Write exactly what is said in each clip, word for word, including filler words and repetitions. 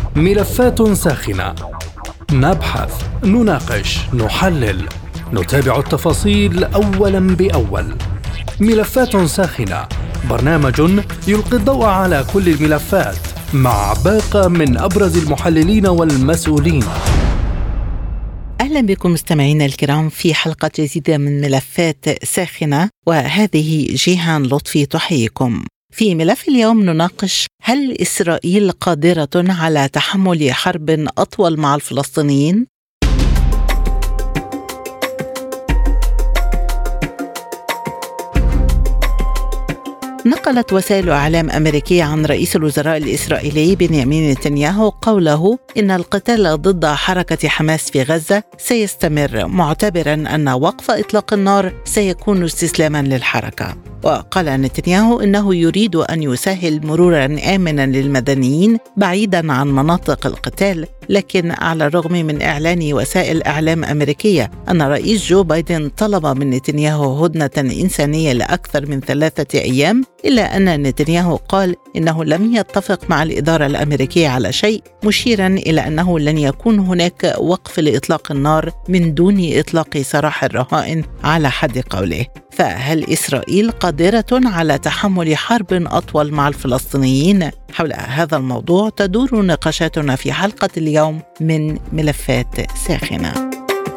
ملفات ساخنة، نبحث، نناقش، نحلل، نتابع التفاصيل أولاً بأول. ملفات ساخنة، برنامج يلقي الضوء على كل الملفات مع باقة من أبرز المحللين والمسؤولين. أهلا بكم مستمعينا الكرام في حلقة جديدة من ملفات ساخنة، وهذه جيهان لطفي تحييكم. في ملف اليوم نناقش: هل إسرائيل قادرة على تحمل حرب أطول مع الفلسطينيين؟ نقلت وسائل إعلام أمريكية عن رئيس الوزراء الإسرائيلي بنيامين نتنياهو قوله إن القتال ضد حركة حماس في غزة سيستمر، معتبرا أن وقف إطلاق النار سيكون استسلاما للحركة. وقال نتنياهو إنه يريد أن يسهل مرورا آمنا للمدنيين بعيدا عن مناطق القتال، لكن على الرغم من إعلان وسائل إعلام أمريكية أن رئيس جو بايدن طلب من نتنياهو هدنة إنسانية لأكثر من ثلاثة أيام، إلا أن نتنياهو قال إنه لم يتفق مع الإدارة الأمريكية على شيء، مشيرا إلى أنه لن يكون هناك وقف لإطلاق النار من دون إطلاق سراح الرهائن على حد قوله. فهل إسرائيل قادرة على تحمل حرب أطول مع الفلسطينيين؟ حول هذا الموضوع تدور نقاشاتنا في حلقة اليوم من ملفات ساخنة.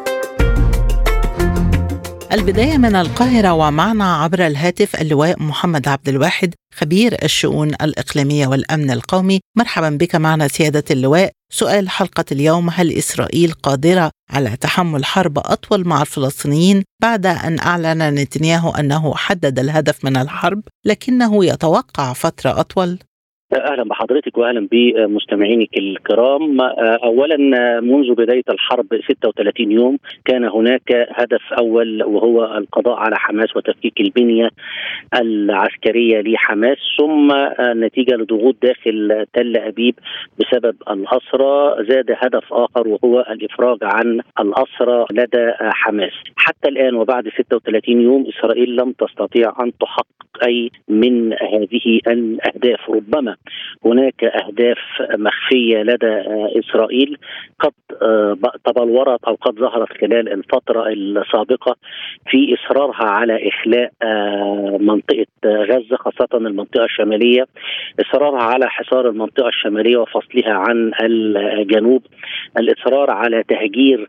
البداية من القاهرة، ومعنا عبر الهاتف اللواء محمد عبد الواحد خبير الشؤون الإقليمية والأمن القومي. مرحبا بك معنا سيادة اللواء. سؤال حلقة اليوم: هل إسرائيل قادرة على تحمل حرب أطول مع الفلسطينيين بعد أن أعلن نتنياهو أنه حدد الهدف من الحرب لكنه يتوقع فترة أطول؟ أهلا بحضرتك وأهلا بمستمعينك الكرام. أولا، منذ بداية الحرب ستة وثلاثين يوم كان هناك هدف أول، وهو القضاء على حماس وتفكيك البنية العسكرية لحماس، ثم نتيجة لضغوط داخل تل أبيب بسبب الأسرى زاد هدف آخر، وهو الإفراج عن الأسرى لدى حماس. حتى الآن وبعد ستة وثلاثين يوم إسرائيل لم تستطيع أن تحقق أي من هذه الأهداف. ربما هناك أهداف مخفية لدى إسرائيل قد تبلورت أو قد ظهرت خلال الفترة السابقة في إصرارها على إخلاء منطقة غزة، خاصة المنطقة الشمالية، إصرارها على حصار المنطقة الشمالية وفصلها عن الجنوب، الإصرار على تهجير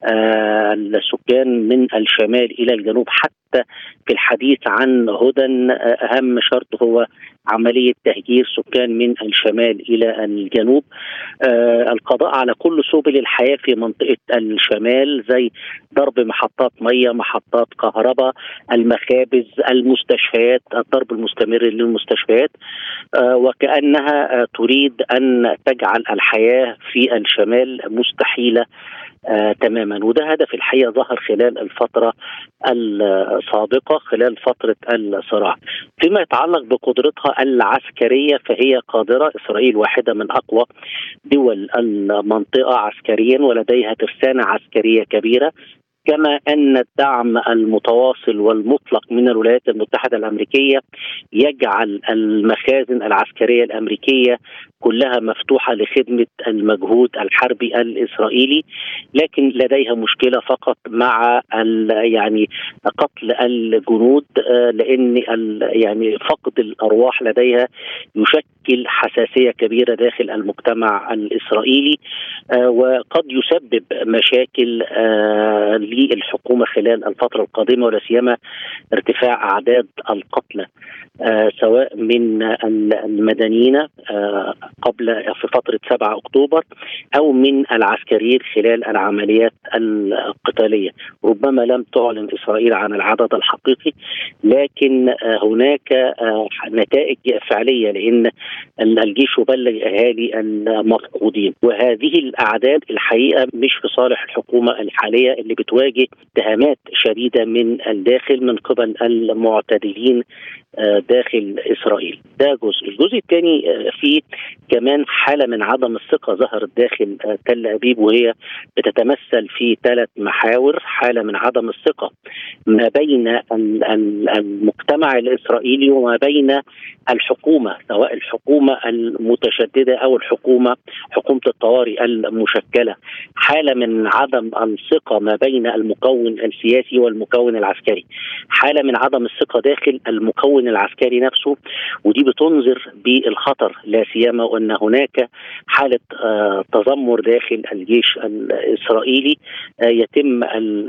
السكان من الشمال إلى الجنوب، حتى في الحديث عن هدن أهم شرط هو عملية تهجير سكان من الشمال إلى الجنوب. آه القضاء على كل سبل الحياة في منطقة الشمال، زي ضرب محطات مياه، محطات كهرباء، المخابز، المستشفيات، الضرب المستمر للمستشفيات، آه وكأنها آه تريد أن تجعل الحياة في الشمال مستحيلة آه تماما. وده هدف الحقيقة ظهر خلال الفترة السابقة، خلال فترة الصراع. فيما يتعلق بقدرتها العسكرية فهي قادرة. إسرائيل واحدة من أقوى دول المنطقة عسكريا، ولديها ترسانة عسكرية كبيرة، كما أن الدعم المتواصل والمطلق من الولايات المتحدة الأمريكية يجعل المخازن العسكرية الأمريكية كلها مفتوحة لخدمة المجهود الحربي الإسرائيلي. لكن لديها مشكلة فقط مع يعني قتل الجنود، لأن يعني فقد الأرواح لديها يشكل حساسية كبيرة داخل المجتمع الإسرائيلي، وقد يسبب مشاكل للحكومة خلال الفترة القادمة، ولا سيما ارتفاع أعداد القتلى سواء من المدنيين قبل في فترة سبعة أكتوبر أو من العسكريين خلال العمليات القتالية. ربما لم تعلن إسرائيل عن العدد الحقيقي، لكن هناك نتائج فعلية، لأن الجيش يبلغ أهالي المفقودين، وهذه الأعداد الحقيقة مش في صالح الحكومة الحالية اللي بتواجه اتهامات شديدة من الداخل من قبل المعتدلين داخل إسرائيل. ده جزء. الجزء الثاني في كمان حالة من عدم الثقة ظهرت داخل تل أبيب، وهي بتتمثل في ثلاث محاور. حالة من عدم الثقة ما بين المجتمع الإسرائيلي وما بين الحكومة، سواء الحكومة المتشددة أو الحكومة حكومة الطوارئ المشكلة. حالة من عدم الثقة ما بين المكون السياسي والمكون العسكري. حالة من عدم الثقة داخل المكون العسكري نفسه، ودي بتنذر بالخطر، لا سيما وأن هناك حالة آه تذمر داخل الجيش الإسرائيلي آه يتم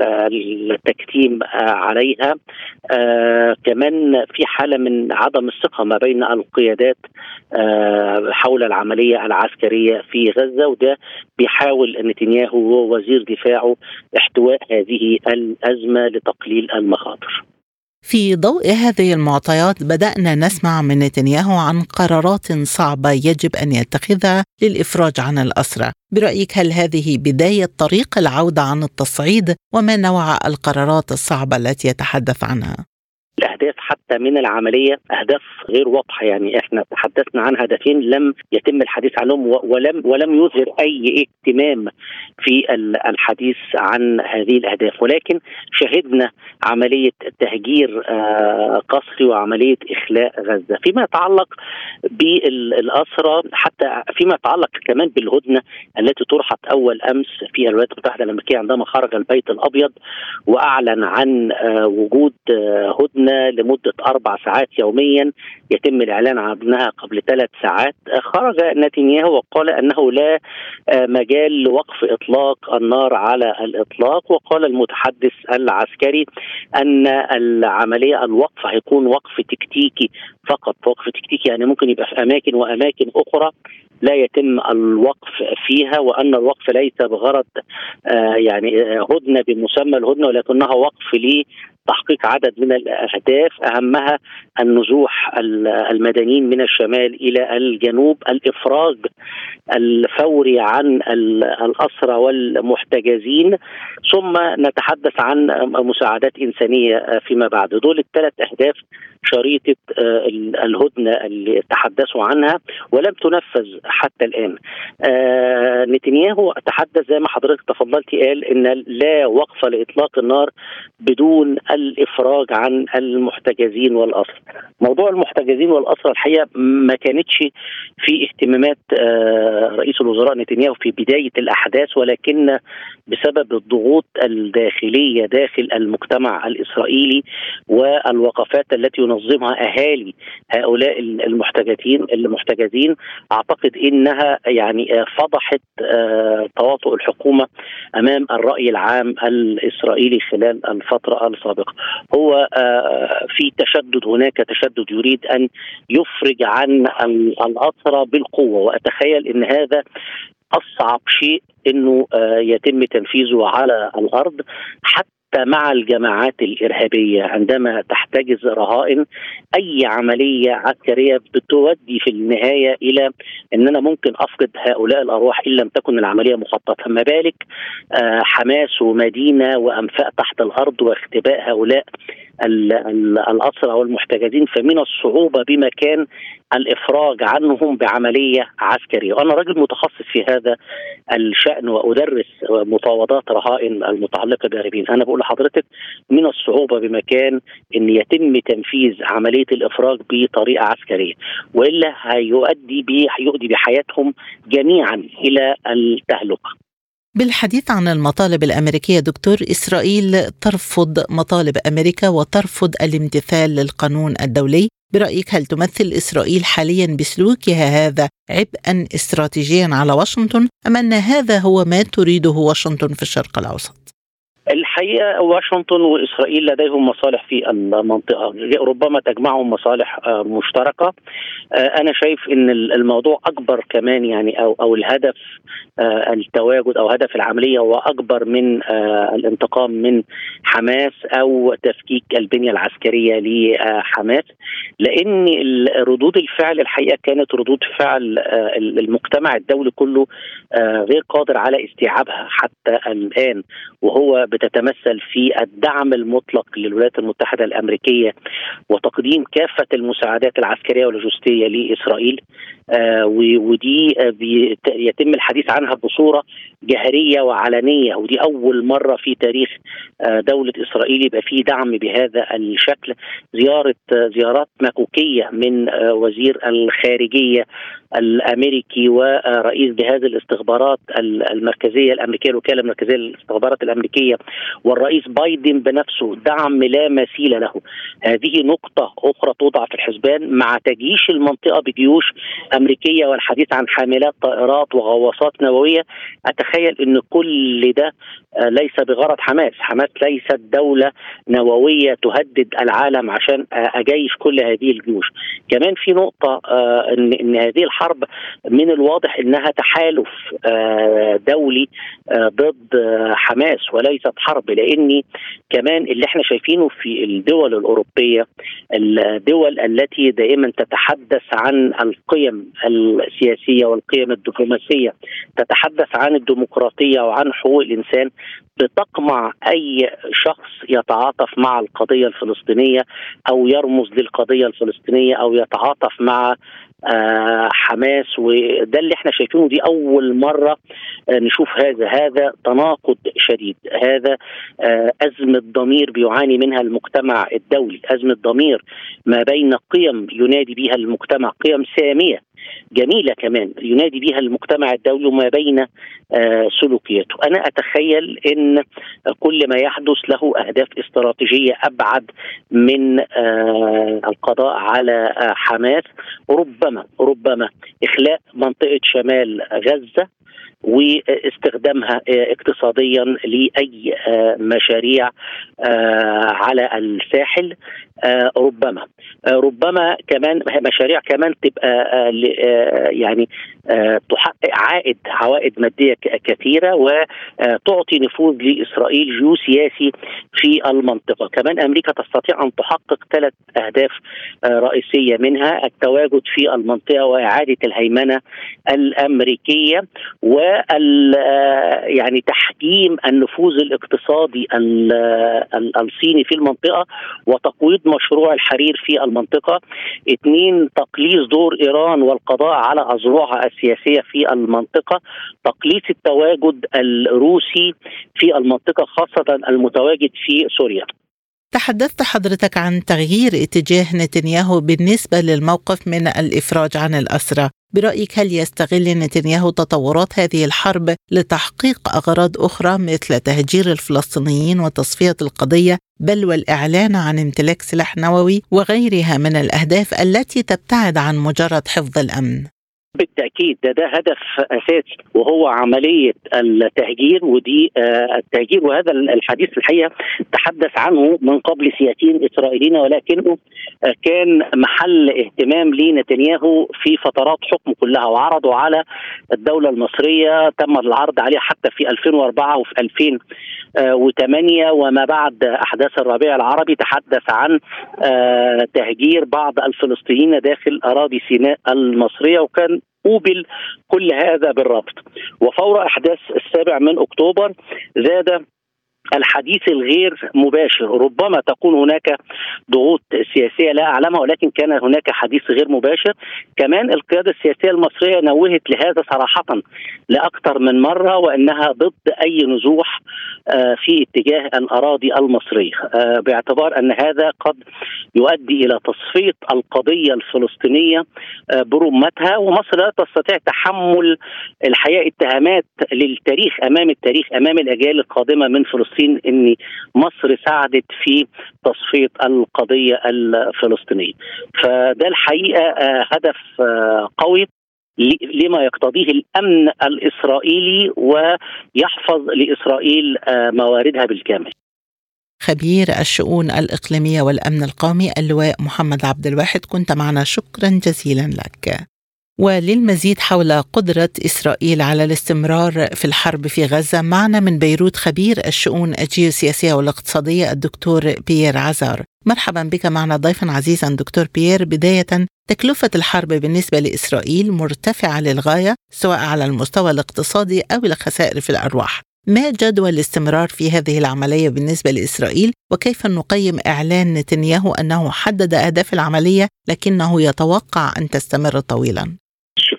التكتيم آه عليها. آه كمان في حالة من عدم الثقة ما بين القيادات آه حول العملية العسكرية في غزة، وده بيحاول نتنياهو ووزير دفاعه احتواء هذه الأزمة لتقليل المخاطر. في ضوء هذه المعطيات بدأنا نسمع من نتنياهو عن قرارات صعبة يجب أن يتخذها للإفراج عن الأسرى. برأيك هل هذه بداية طريق العودة عن التصعيد؟ وما نوع القرارات الصعبة التي يتحدث عنها؟ الأهداف حتى من العملية أهداف غير واضحة، يعني إحنا تحدثنا عن هدفين لم يتم الحديث عنهم ولم ولم يظهر أي اهتمام في الحديث عن هذه الأهداف، ولكن شهدنا عملية تهجير قسري وعملية إخلاء غزة. فيما يتعلق بالأسرى، حتى فيما يتعلق كمان بالهدنة التي طرحت أول أمس في الولايات المتحدة الأمريكية عندما خرج البيت الأبيض وأعلن عن وجود هدنة لمدة أربع ساعات يوميا يتم الإعلان عنها قبل ثلاث ساعات. خرج نتنياهو وقال أنه لا مجال لوقف إطلاق النار على الإطلاق، وقال المتحدث العسكري أن العملية الوقف هيكون وقف تكتيكي فقط. وقف تكتيكي يعني ممكن يبقى في أماكن وأماكن أخرى لا يتم الوقف فيها، وأن الوقف ليس بغرض آه يعني هدنة بمسمى الهدنة، ولكنها وقف ليه تحقيق عدد من الأهداف، أهمها النزوح المدنيين من الشمال إلى الجنوب، الإفراج الفوري عن الأسرى والمحتجزين، ثم نتحدث عن مساعدات إنسانية فيما بعد. دول الثلاث أهداف شريطة الهدنة اللي تحدثوا عنها ولم تنفذ حتى الآن. نتنياهو تحدث زي ما حضرتك تفضلتي، قال إن لا وقف لإطلاق النار بدون الإفراج عن المحتجزين والأسرى. موضوع المحتجزين والأسرى الحقيقة ما كانتش في اهتمامات رئيس الوزراء نتنياهو في بداية الأحداث، ولكن بسبب الضغوط الداخلية داخل المجتمع الإسرائيلي والوقفات التي ينظمها أهالي هؤلاء المحتجزين المحتجزين أعتقد إنها يعني فضحت تواطؤ الحكومة أمام الرأي العام الإسرائيلي خلال الفترة السابقة. هو في تشدد، هناك تشدد يريد أن يفرج عن الأسرى بالقوة، وأتخيل أن هذا أصعب شيء أنه يتم تنفيذه على الأرض، حتى مع الجماعات الإرهابية عندما تحتجز رهائن. أي عملية عسكرية بتودي في النهاية إلى أن أنا ممكن أفقد هؤلاء الأرواح إن لم تكن العملية مخططة، ما بالك حماس ومدينة وأنفاق تحت الأرض واختباء هؤلاء الأسرى والمحتجزين. فمن الصعوبة بمكان الإفراج عنهم بعملية عسكرية. وأنا رجل متخصص في هذا الشأن وأدرس مفاوضات رهائن المتعلقة بالإرهابيين. أنا بقول لحضرتك من الصعوبة بمكان أن يتم تنفيذ عملية الإفراج بطريقة عسكرية، وإلا هيؤدي هيؤدي بحياتهم جميعا إلى التهلكة. بالحديث عن المطالب الأمريكية دكتور، إسرائيل ترفض مطالب أمريكا وترفض الامتثال للقانون الدولي. برأيك هل تمثل إسرائيل حاليا بسلوكها هذا عبئا استراتيجيا على واشنطن، أم أن هذا هو ما تريده واشنطن في الشرق الأوسط؟ الحقيقة واشنطن وإسرائيل لديهم مصالح في المنطقة، ربما تجمعهم مصالح مشتركة. أنا شايف أن الموضوع أكبر كمان، يعني أو أو الهدف التواجد أو هدف العملية هو أكبر من الانتقام من حماس أو تفكيك البنية العسكرية لحماس، لأن ردود الفعل الحقيقة كانت ردود فعل المجتمع الدولي كله غير قادر على استيعابها حتى الآن، وهو بتتمثل في الدعم المطلق للولايات المتحدة الأمريكية وتقديم كافة المساعدات العسكرية واللوجستية لإسرائيل. آه ودي يتم الحديث عنها بصورة جهرية وعلنية، ودي أول مرة في تاريخ آه دولة إسرائيل يبقى فيه دعم بهذا الشكل. زيارة آه زيارات مكوكية من آه وزير الخارجية الأمريكي ورئيس جهاز الاستخبارات المركزية الأمريكية، الوكالة المركزية للاستخبارات الأمريكية، والرئيس بايدن بنفسه، دعم لا مثيل له. هذه نقطة أخرى توضع في الحسبان مع تجيش المنطقة بجيوش أمريكية والحديث عن حاملات طائرات وغواصات نووية. أتخيل أن كل ده ليس بغرض حماس. حماس ليست دولة نووية تهدد العالم عشان أجيش كل هذه الجيوش. كمان في نقطة أن إن هذه الحرب من الواضح أنها تحالف دولي ضد حماس وليست حرب، لأن كمان اللي احنا شايفينه في الدول الأوروبية، الدول التي دائما تتحدث عن القيم السياسية والقيم الدبلوماسية، تتحدث عن الديمقراطية وعن حقوق الإنسان، بتقمع أي شخص يتعاطف مع القضية الفلسطينية أو يرمز للقضية الفلسطينية أو يتعاطف مع آه حماس. وده اللي احنا شايفينه، دي أول مرة آه نشوف هذا هذا تناقض شديد، هذا آه أزمة ضمير بيعاني منها المجتمع الدولي، أزمة ضمير ما بين قيم ينادي بها المجتمع، قيم سامية جميلة كمان ينادي بها المجتمع الدولي، وما بين آه سلوكياته. أنا أتخيل أن كل ما يحدث له أهداف استراتيجية أبعد من آه القضاء على آه حماس. ربما ربما إخلاء منطقة شمال غزة واستخدامها اقتصاديا لأي مشاريع على الساحل، ربما ربما كمان مشاريع كمان تبقى يعني تحقق عائد عوائد مادية كثيرة وتعطي نفوذ لإسرائيل جيوسياسي في المنطقة. كمان أمريكا تستطيع أن تحقق ثلاث أهداف رئيسية، منها التواجد في المنطقة وإعادة الهيمنة الأمريكية، و يعني تحجيم النفوذ الاقتصادي الصيني في المنطقة وتقويض مشروع الحرير في المنطقة. اثنين، تقليص دور إيران والقضاء على أذرعها السياسية في المنطقة. تقليص التواجد الروسي في المنطقة خاصة المتواجد في سوريا. تحدثت حضرتك عن تغيير اتجاه نتنياهو بالنسبة للموقف من الإفراج عن الأسرى. برأيك هل يستغل نتنياهو تطورات هذه الحرب لتحقيق أغراض أخرى مثل تهجير الفلسطينيين وتصفية القضية، بل والإعلان عن امتلاك سلاح نووي وغيرها من الأهداف التي تبتعد عن مجرد حفظ الأمن؟ بالتأكيد ده, ده هدف أساسي وهو عملية التهجير. ودي آه التهجير، وهذا الحديث الحقيقة تحدث عنه من قبل سياسيين إسرائيليين، ولكنه آه كان محل اهتمام لنتنياهو في فترات حكمه كلها، وعرضوا على الدولة المصرية، تم العرض عليها حتى في ألفين وأربعة وفي ألفين وثمانية وما بعد أحداث الربيع العربي. تحدث عن آه تهجير بعض الفلسطينيين داخل أراضي سيناء المصرية، وكان قوبل كل هذا بالرفض. وفور أحداث السابع من أكتوبر زاد الحديث الغير مباشر. ربما تكون هناك ضغوط سياسية لا أعلمها، ولكن كان هناك حديث غير مباشر. كمان القيادة السياسية المصرية نوهت لهذا صراحة لأكثر من مرة، وأنها ضد أي نزوح في اتجاه الأراضي المصرية، باعتبار أن هذا قد يؤدي إلى تصفية القضية الفلسطينية برمتها، ومصر لا تستطيع تحمل الحقيقة اتهامات للتاريخ أمام التاريخ أمام الأجيال القادمة من فلسطين ان مصر ساعدت في تصفية القضية الفلسطينية. فده الحقيقة هدف قوي لما يقتضيه الأمن الإسرائيلي ويحفظ لإسرائيل مواردها بالكامل. خبير الشؤون الإقليمية والأمن القومي اللواء محمد عبد الواحد، كنت معنا، شكرا جزيلا لك. وللمزيد حول قدرة إسرائيل على الاستمرار في الحرب في غزة، معنا من بيروت خبير الشؤون الجيوسياسية والاقتصادية الدكتور بيير عزار. مرحبا بك معنا ضيفا عزيزا دكتور بيير. بداية، تكلفة الحرب بالنسبة لإسرائيل مرتفعة للغاية سواء على المستوى الاقتصادي أو الخسائر في الأرواح. ما جدوى الاستمرار في هذه العملية بالنسبة لإسرائيل، وكيف نقيم إعلان نتنياهو أنه حدد أهداف العملية لكنه يتوقع أن تستمر طويلا؟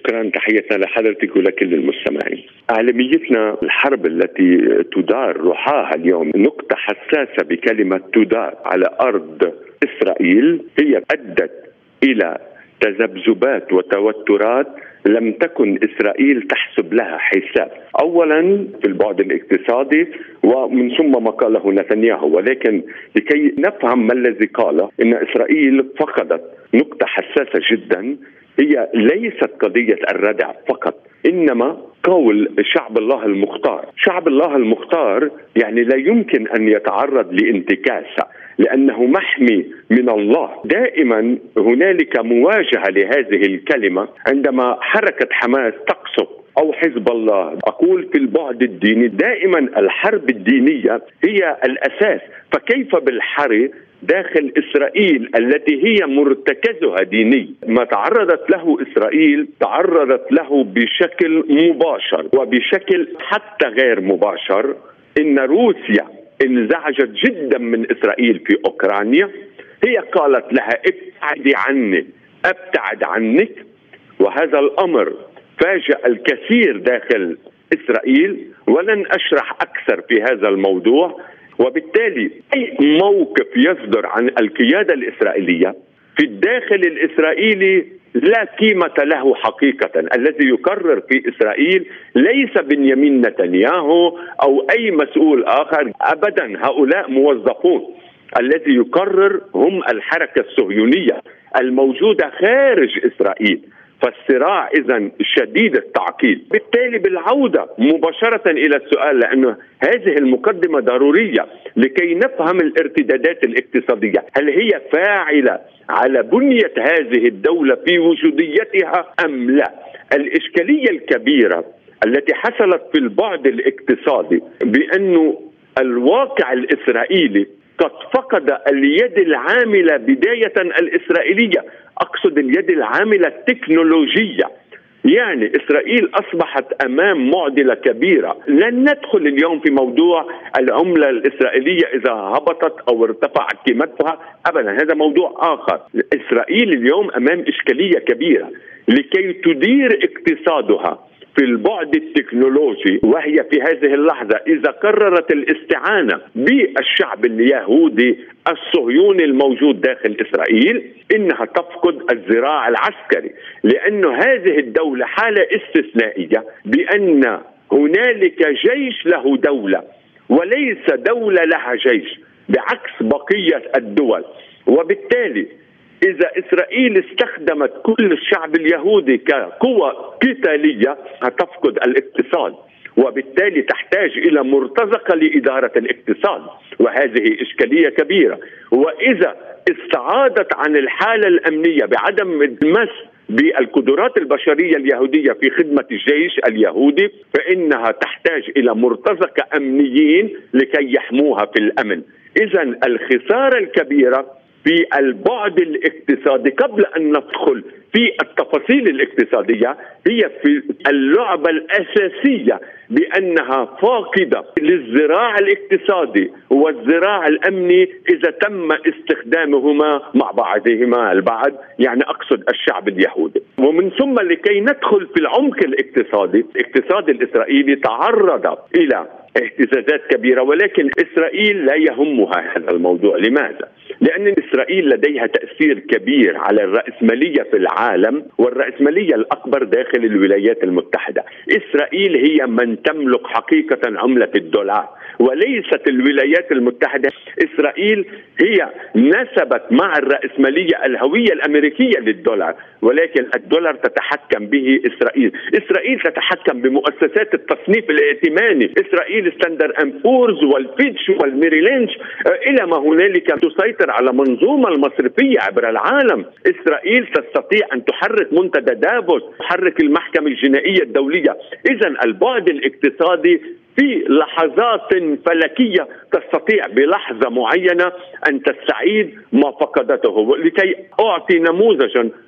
شكرا، تحية لحضرتك ولكل المستمعين. أعلاميتنا الحرب التي تدار رحاها اليوم نقطة حساسة بكلمة تدار على أرض إسرائيل، هي أدت إلى تذبذبات وتوترات لم تكن إسرائيل تحسب لها حساب. أولا في البعد الاقتصادي ومن ثم ما قاله نتنياهو، ولكن لكي نفهم ما الذي قاله، إن إسرائيل فقدت نقطة حساسة جدا، هي ليست قضية الردع فقط، إنما قول شعب الله المختار. شعب الله المختار يعني لا يمكن أن يتعرض لانتكاسة لأنه محمي من الله. دائما هنالك مواجهة لهذه الكلمة عندما حركة حماس تقصف أو حزب الله. أقول في البعد الديني دائما الحرب الدينية هي الأساس، فكيف بالحرب داخل إسرائيل التي هي مرتكزها ديني؟ ما تعرضت له إسرائيل تعرضت له بشكل مباشر وبشكل حتى غير مباشر. إن روسيا انزعجت جدا من إسرائيل في أوكرانيا، هي قالت لها ابتعدي عني ابتعد عنك، وهذا الأمر فاجأ الكثير داخل إسرائيل، ولن أشرح أكثر في هذا الموضوع. وبالتالي أي موقف يصدر عن القيادة الإسرائيلية في الداخل الإسرائيلي لا قيمة له حقيقة. الذي يقرر في إسرائيل ليس بنيامين نتنياهو أو أي مسؤول آخر أبدا، هؤلاء موظفون. الذي يقرر هم الحركة الصهيونية الموجودة خارج إسرائيل. فالصراع إذن شديد التعقيد. بالتالي بالعودة مباشرة إلى السؤال، لأنه هذه المقدمة ضرورية لكي نفهم الارتدادات الاقتصادية، هل هي فاعلة على بنية هذه الدولة في وجوديتها أم لا؟ الإشكالية الكبيرة التي حصلت في البعد الاقتصادي بأنه الواقع الإسرائيلي قد فقد اليد العاملة بداية الإسرائيلية، أقصد اليد العاملة التكنولوجية. يعني إسرائيل أصبحت أمام معضلة كبيرة. لن ندخل اليوم في موضوع العملة الإسرائيلية إذا هبطت أو ارتفعت قيمتها أبدا، هذا موضوع آخر. إسرائيل اليوم أمام إشكالية كبيرة لكي تدير اقتصادها في البعد التكنولوجي، وهي في هذه اللحظة إذا قررت الاستعانة بالشعب اليهودي الصهيوني الموجود داخل إسرائيل، إنها تفقد الذراع العسكري، لأن هذه الدولة حالة استثنائية بأن هنالك جيش له دولة وليس دولة لها جيش بعكس بقية الدول. وبالتالي إذا إسرائيل استخدمت كل الشعب اليهودي كقوة قتالية هتفقد الاقتصاد، وبالتالي تحتاج إلى مرتزقة لإدارة الاقتصاد، وهذه إشكالية كبيرة. وإذا استعادت عن الحالة الأمنية بعدم المس بالقدرات البشرية اليهودية في خدمة الجيش اليهودي، فإنها تحتاج إلى مرتزقة أمنيين لكي يحموها في الأمن. إذن الخسارة الكبيرة في البعد الاقتصادي قبل أن ندخل في التفاصيل الاقتصادية هي في اللعبة الأساسية بأنها فاقدة للذراع الاقتصادي والذراع الأمني إذا تم استخدامهما مع بعضهما البعض، يعني أقصد الشعب اليهودي. ومن ثم لكي ندخل في العمق الاقتصادي، الاقتصاد الإسرائيلي تعرض إلى اهتزازات كبيرة، ولكن إسرائيل لا يهمها هذا الموضوع. لماذا؟ لأن إسرائيل لديها تأثير كبير على الرأسمالية في العالم، والرأسمالية الأكبر داخل الولايات المتحدة. إسرائيل هي من تملك حقيقة عملة الدولار وليست الولايات المتحدة. إسرائيل هي نسبت مع الرأسمالية الهوية الأمريكية للدولار، ولكن الدولار تتحكم به إسرائيل. إسرائيل تتحكم بمؤسسات التصنيف الائتماني، إسرائيل ستاندر أند بورز والفيتش والميري لينش إلى ما هنالك، تسيطر على منظومة المصرفية عبر العالم. إسرائيل تستطيع أن تحرك منتدى دافوس، تحرك المحكمة الجنائية الدولية. إذن البعد الاقتصادي في لحظات فلكية تستطيع بلحظة معينة أن تستعيد ما فقدته. لكي أعطي نموذجا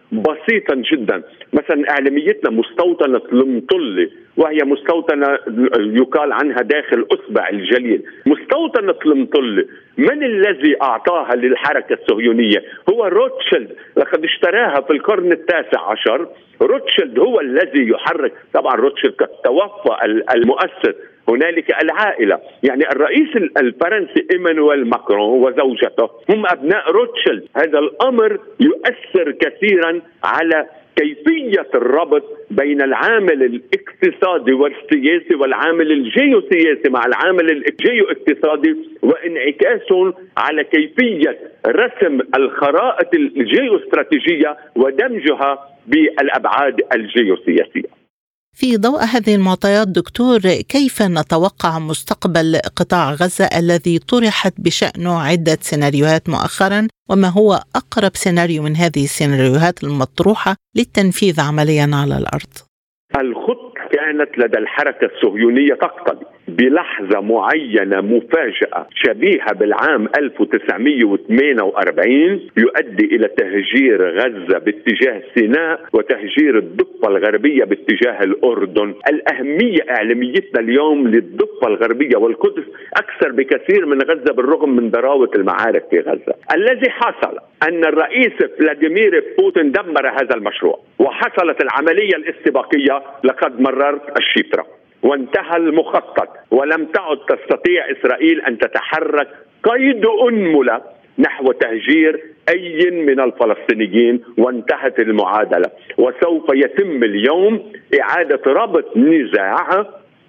بسيطا جدا. مثلا اعلاميتنا مستوطنه المطله، وهي مستوطنه يقال عنها داخل اصبع الجليل. مستوطنه المطله من الذي اعطاها للحركه الصهيونيه؟ هو روتشيلد، لقد اشتراها في القرن التاسع عشر. روتشيلد هو الذي يحرك. طبعا روتشيلد قد توفى المؤسس. هنالك العائلة، يعني الرئيس الفرنسي إيمانويل ماكرون وزوجته هم أبناء روتشيلد. هذا الأمر يؤثر كثيرا على كيفية الربط بين العامل الاقتصادي والسياسي والعامل الجيوسياسي مع العامل الجيو اقتصادي، وانعكاسهم على كيفية رسم الخرائط الجيوستراتيجية ودمجها بالأبعاد الجيوسياسية. في ضوء هذه المعطيات دكتور، كيف نتوقع مستقبل قطاع غزة الذي طرحت بشأنه عدة سيناريوهات مؤخرا، وما هو أقرب سيناريو من هذه السيناريوهات المطروحة للتنفيذ عمليا على الأرض؟ الخطة كانت لدى الحركة الصهيونية تقتضي بلحظة معينة مفاجأة شبيهة بالعام ألف وتسعمئة وثمانية وأربعين يؤدي إلى تهجير غزة باتجاه سيناء وتهجير الضفة الغربية باتجاه الأردن. الأهمية إعلاميتنا اليوم للضفة الغربية والقدس أكثر بكثير من غزة بالرغم من ضراوة المعارك في غزة. الذي حصل أن الرئيس فلاديمير بوتين دمر هذا المشروع، وحصلت العملية الاستباقية لقد مررت الشفرة وانتهى المخطط، ولم تعد تستطيع إسرائيل أن تتحرك قيد أنملة نحو تهجير أي من الفلسطينيين، وانتهت المعادلة. وسوف يتم اليوم إعادة ربط نزاع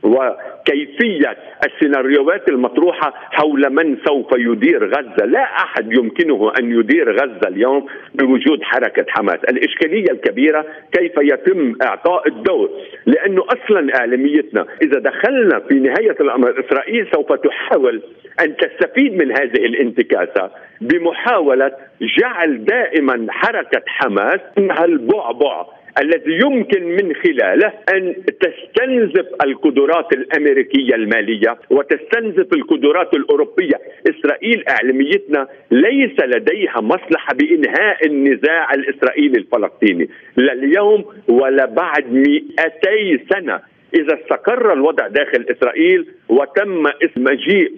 وكيفية السيناريوهات المطروحة حول من سوف يدير غزة. لا أحد يمكنه أن يدير غزة اليوم بوجود حركة حماس. الإشكالية الكبيرة كيف يتم إعطاء الدور، لأنه أصلا إعلاميتنا إذا دخلنا في نهاية الأمر إسرائيل سوف تحاول أن تستفيد من هذه الانتكاسة بمحاولة جعل دائما حركة حماس إنها البعبع الذي يمكن من خلاله أن تستنزف القدرات الأمريكية المالية وتستنزف القدرات الأوروبية. إسرائيل إعلاميتنا ليس لديها مصلحة بإنهاء النزاع الإسرائيلي الفلسطيني لا اليوم ولا بعد مئتي سنة. إذا استقر الوضع داخل إسرائيل وتم مجيء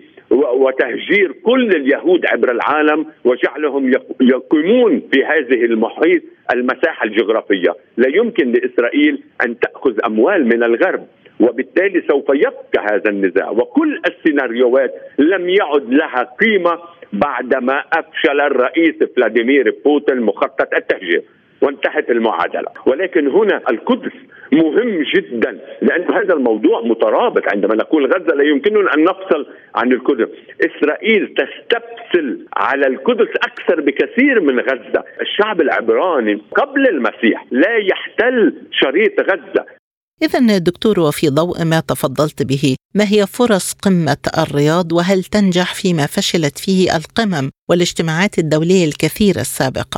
وتهجير كل اليهود عبر العالم وجعلهم يقيمون في هذه المحيط المساحة الجغرافية، لا يمكن لإسرائيل أن تأخذ أموال من الغرب، وبالتالي سوف يبقى هذا النزاع. وكل السيناريوهات لم يعد لها قيمة بعدما أفشل الرئيس فلاديمير بوتين مخطط التهجير وانتهت المعادلة. ولكن هنا القدس مهم جدا، لأن هذا الموضوع مترابط. عندما نقول غزة لا يمكننا أن نفصل عن القدس. إسرائيل تستبسل على القدس أكثر بكثير من غزة. الشعب العبراني قبل المسيح لا يحتل شريط غزة. إذن دكتور، وفي ضوء ما تفضلت به، ما هي فرص قمة الرياض، وهل تنجح فيما فشلت فيه القمم والاجتماعات الدولية الكثيرة السابقة؟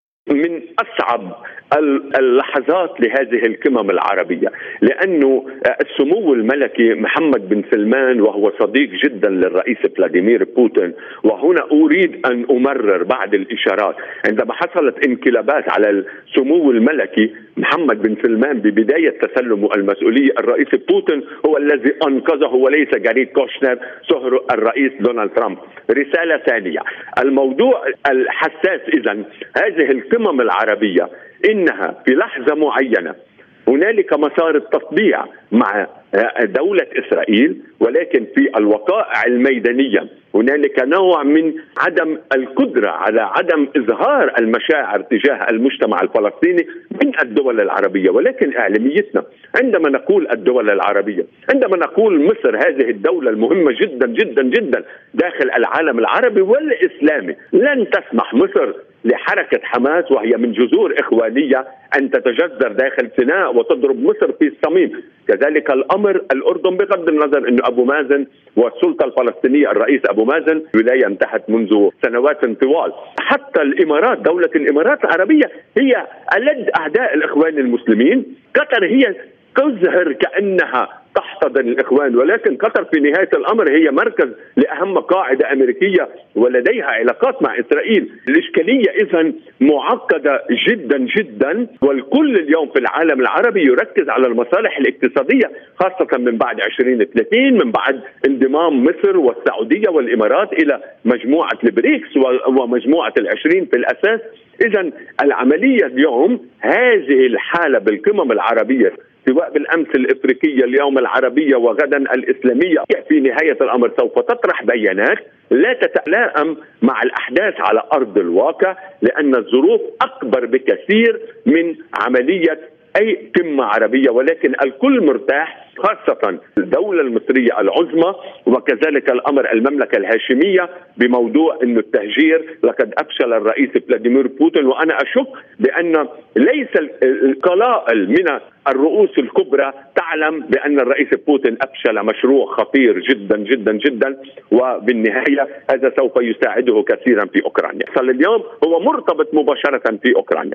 من أصعب اللحظات لهذه القمم العربية، لأنه السمو الملكي محمد بن سلمان وهو صديق جدا للرئيس فلاديمير بوتين، وهنا أريد أن أمرر بعض الإشارات. عندما حصلت انقلابات على السمو الملكي محمد بن سلمان ببداية تسلم المسؤولية، الرئيس بوتين هو الذي أنقذه وليس جاريد كوشنر صهر الرئيس دونالد ترامب. رسالة ثانية، الموضوع الحساس إذن هذه القمم العربية إنها في لحظة معينة هنالك مسار التطبيع مع دولة إسرائيل، ولكن في الوقائع الميدانية هنالك نوع من عدم القدرة على عدم إظهار المشاعر تجاه المجتمع الفلسطيني من الدول العربية. ولكن إعلاميتنا عندما نقول الدول العربية، عندما نقول مصر هذه الدولة المهمة جدا جدا جدا داخل العالم العربي والإسلامي، لن تسمح مصر لحركة حماس وهي من جذور إخوانية أن تتجذر داخل سيناء وتضرب مصر في الصميم. كذلك الأمر الأردن، بغض النظر أن أبو مازن والسلطة الفلسطينية الرئيس أبو مازن ولاية انتهت منذ سنوات طوال. حتى الإمارات، دولة الإمارات العربية هي ألد أعداء الإخوان المسلمين. قطر هي تظهر كأنها تحتضن الإخوان، ولكن قطر في نهاية الأمر هي مركز لأهم قاعدة أمريكية ولديها علاقات مع إسرائيل. الإشكالية إذن معقدة جدا جدا، والكل اليوم في العالم العربي يركز على المصالح الاقتصادية، خاصة من بعد عشرين ثلاثين، من بعد انضمام مصر والسعودية والإمارات إلى مجموعة البريكس ومجموعة العشرين في الأساس. إذن العملية اليوم هذه الحالة بالقمم العربية، سواء بالأمس الإفريقية اليوم العربية وغدا الإسلامية، في نهاية الأمر سوف تطرح بيانات لا تتلائم مع الأحداث على أرض الواقع، لأن الظروف أكبر بكثير من عملية أي قمة عربية، ولكن الكل مرتاح، خاصة الدولة المصرية العظمى وكذلك الأمر المملكة الهاشمية بموضوع أن التهجير لقد أفشل الرئيس فلاديمير بوتين. وأنا أشك بأن ليس القلائل من الرؤوس الكبرى تعلم بأن الرئيس بوتين أفشل مشروع خطير جدا جدا جدا، وبالنهاية هذا سوف يساعده كثيرا في أوكرانيا. اليوم هو مرتبط مباشرة في أوكرانيا.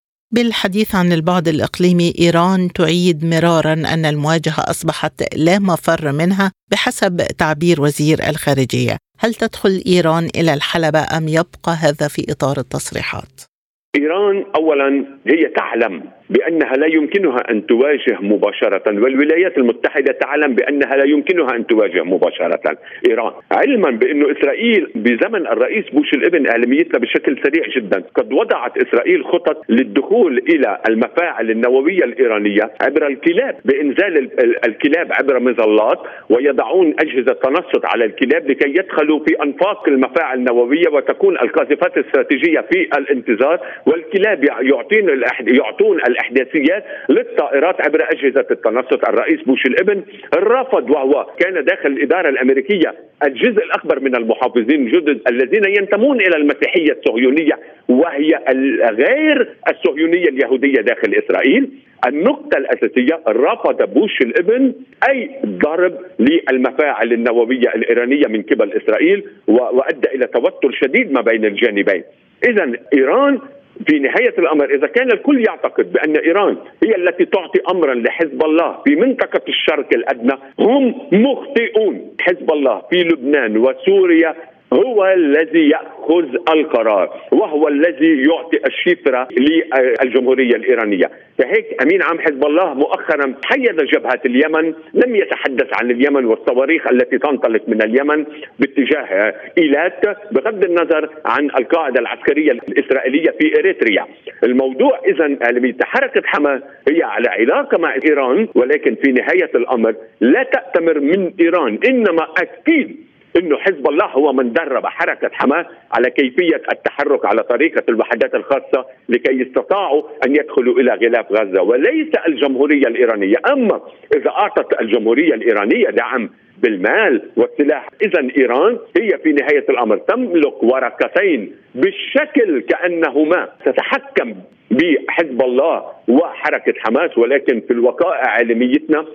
بالحديث عن البعد الإقليمي، إيران تعيد مرارا أن المواجهة أصبحت لا مفر منها بحسب تعبير وزير الخارجية. هل تدخل إيران إلى الحلبة أم يبقى هذا في إطار التصريحات؟ إيران أولا هي تعلم بأنها لا يمكنها أن تواجه مباشرة، والولايات المتحدة تعلم بأنها لا يمكنها أن تواجه مباشرة إيران، علما بأن إسرائيل بزمن الرئيس بوش الابن أهميتها بشكل سريع جدا. قد وضعت إسرائيل خطط للدخول إلى المفاعل النووية الإيرانية عبر الكلاب، بإنزال الكلاب عبر مظلات ويضعون أجهزة تنصت على الكلاب لكي يدخلوا في أنفاق المفاعل النووية، وتكون القاذفات الاستراتيجية في الانتظار، والكلاب يعطون يعطون الإحداثيات للطائرات عبر أجهزة التنصت. الرئيس بوش الابن رفض، وهو كان داخل الإدارة الأمريكية الجزء الأكبر من المحافظين الجدد الذين ينتمون إلى المسيحية الصهيونية وهي الغير الصهيونية اليهودية داخل إسرائيل. النقطة الأساسية رفض بوش الابن أي ضرب للمفاعل النووية الإيرانية من قبل إسرائيل، وأدى إلى توتر شديد ما بين الجانبين. إذن إيران في نهاية الأمر إذا كان الكل يعتقد بأن إيران هي التي تعطي أمرا لحزب الله في منطقة الشرق الأدنى، هم مخطئون. حزب الله في لبنان وسوريا هو الذي يأخذ القرار، وهو الذي يعطي الشفرة للجمهورية الإيرانية. فهيك أمين عام حزب الله مؤخرا حيد جبهة اليمن، لم يتحدث عن اليمن والصواريخ التي تنطلق من اليمن باتجاه إيلات، بغض النظر عن القاعدة العسكرية الإسرائيلية في إريتريا. الموضوع إذن حركة حماس هي على علاقة مع إيران، ولكن في نهاية الأمر لا تأتمر من إيران، إنما أكيد إنه حزب الله هو من درب حركة حماس على كيفية التحرك على طريقة الوحدات الخاصة لكي يستطاعوا أن يدخلوا إلى غلاف غزة، وليس الجمهورية الإيرانية. أما إذا أعطت الجمهورية الإيرانية دعم بالمال والسلاح، إذن إيران هي في نهاية الأمر تملك ورقتين بالشكل كأنهما تتحكم بحزب الله وحركة حماس، ولكن في الوقائع علميتنا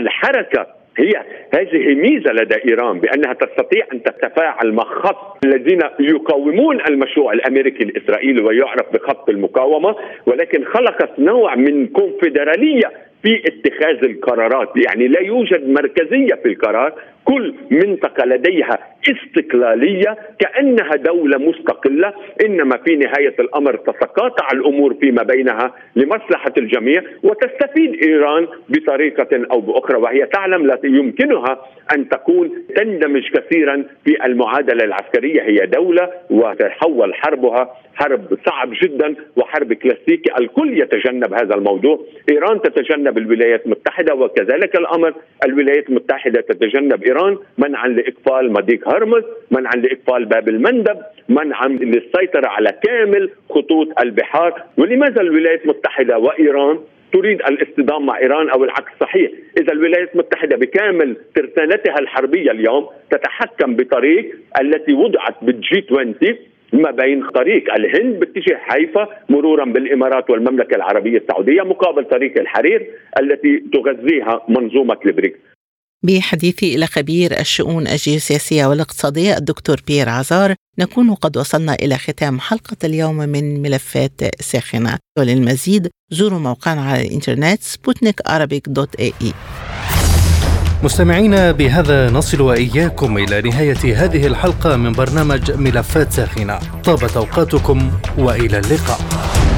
الحركة هي هذه ميزة لدى إيران بأنها تستطيع أن تتفاعل مع خط الذين يقاومون المشروع الأمريكي الإسرائيلي ويعرف بخط المقاومة، ولكن خلقت نوع من كونفدرالية في اتخاذ القرارات، يعني لا يوجد مركزية في القرار، كل منطقة لديها استقلالية كأنها دولة مستقلة، إنما في نهاية الأمر تتقاطع الأمور فيما بينها لمصلحة الجميع، وتستفيد إيران بطريقة أو بأخرى، وهي تعلم لا يمكنها أن تكون تندمج كثيرا في المعادلة العسكرية. هي دولة وتحول حربها حرب صعب جدا وحرب كلاسيكي، الكل يتجنب هذا الموضوع. إيران تتجنب الولايات المتحدة، وكذلك الأمر الولايات المتحدة تتجنب إيران، منعا لإقفال مضيق هرمز، منعا لإقفال باب المندب، منعا للسيطرة على كامل خطوط البحار. ولماذا الولايات المتحدة وإيران تريد الاصطدام مع إيران أو العكس صحيح؟ إذا الولايات المتحدة بكامل ترسانتها الحربية اليوم تتحكم بطريق التي وضعت بالجي عشرين ما بين طريق الهند باتجاه حيفا مرورا بالإمارات والمملكة العربية السعودية مقابل طريق الحرير التي تغذيها منظومة البريكس. بحديثي إلى خبير الشؤون الجيوسياسية والاقتصادية الدكتور بيير عزار، نكون قد وصلنا إلى ختام حلقة اليوم من ملفات ساخنة. وللمزيد زوروا موقعنا على الإنترنت سبوتنيك أرابيك دوت إيه إي. مستمعينا، بهذا نصل وإياكم إلى نهاية هذه الحلقة من برنامج ملفات ساخنة. طابت أوقاتكم وإلى اللقاء.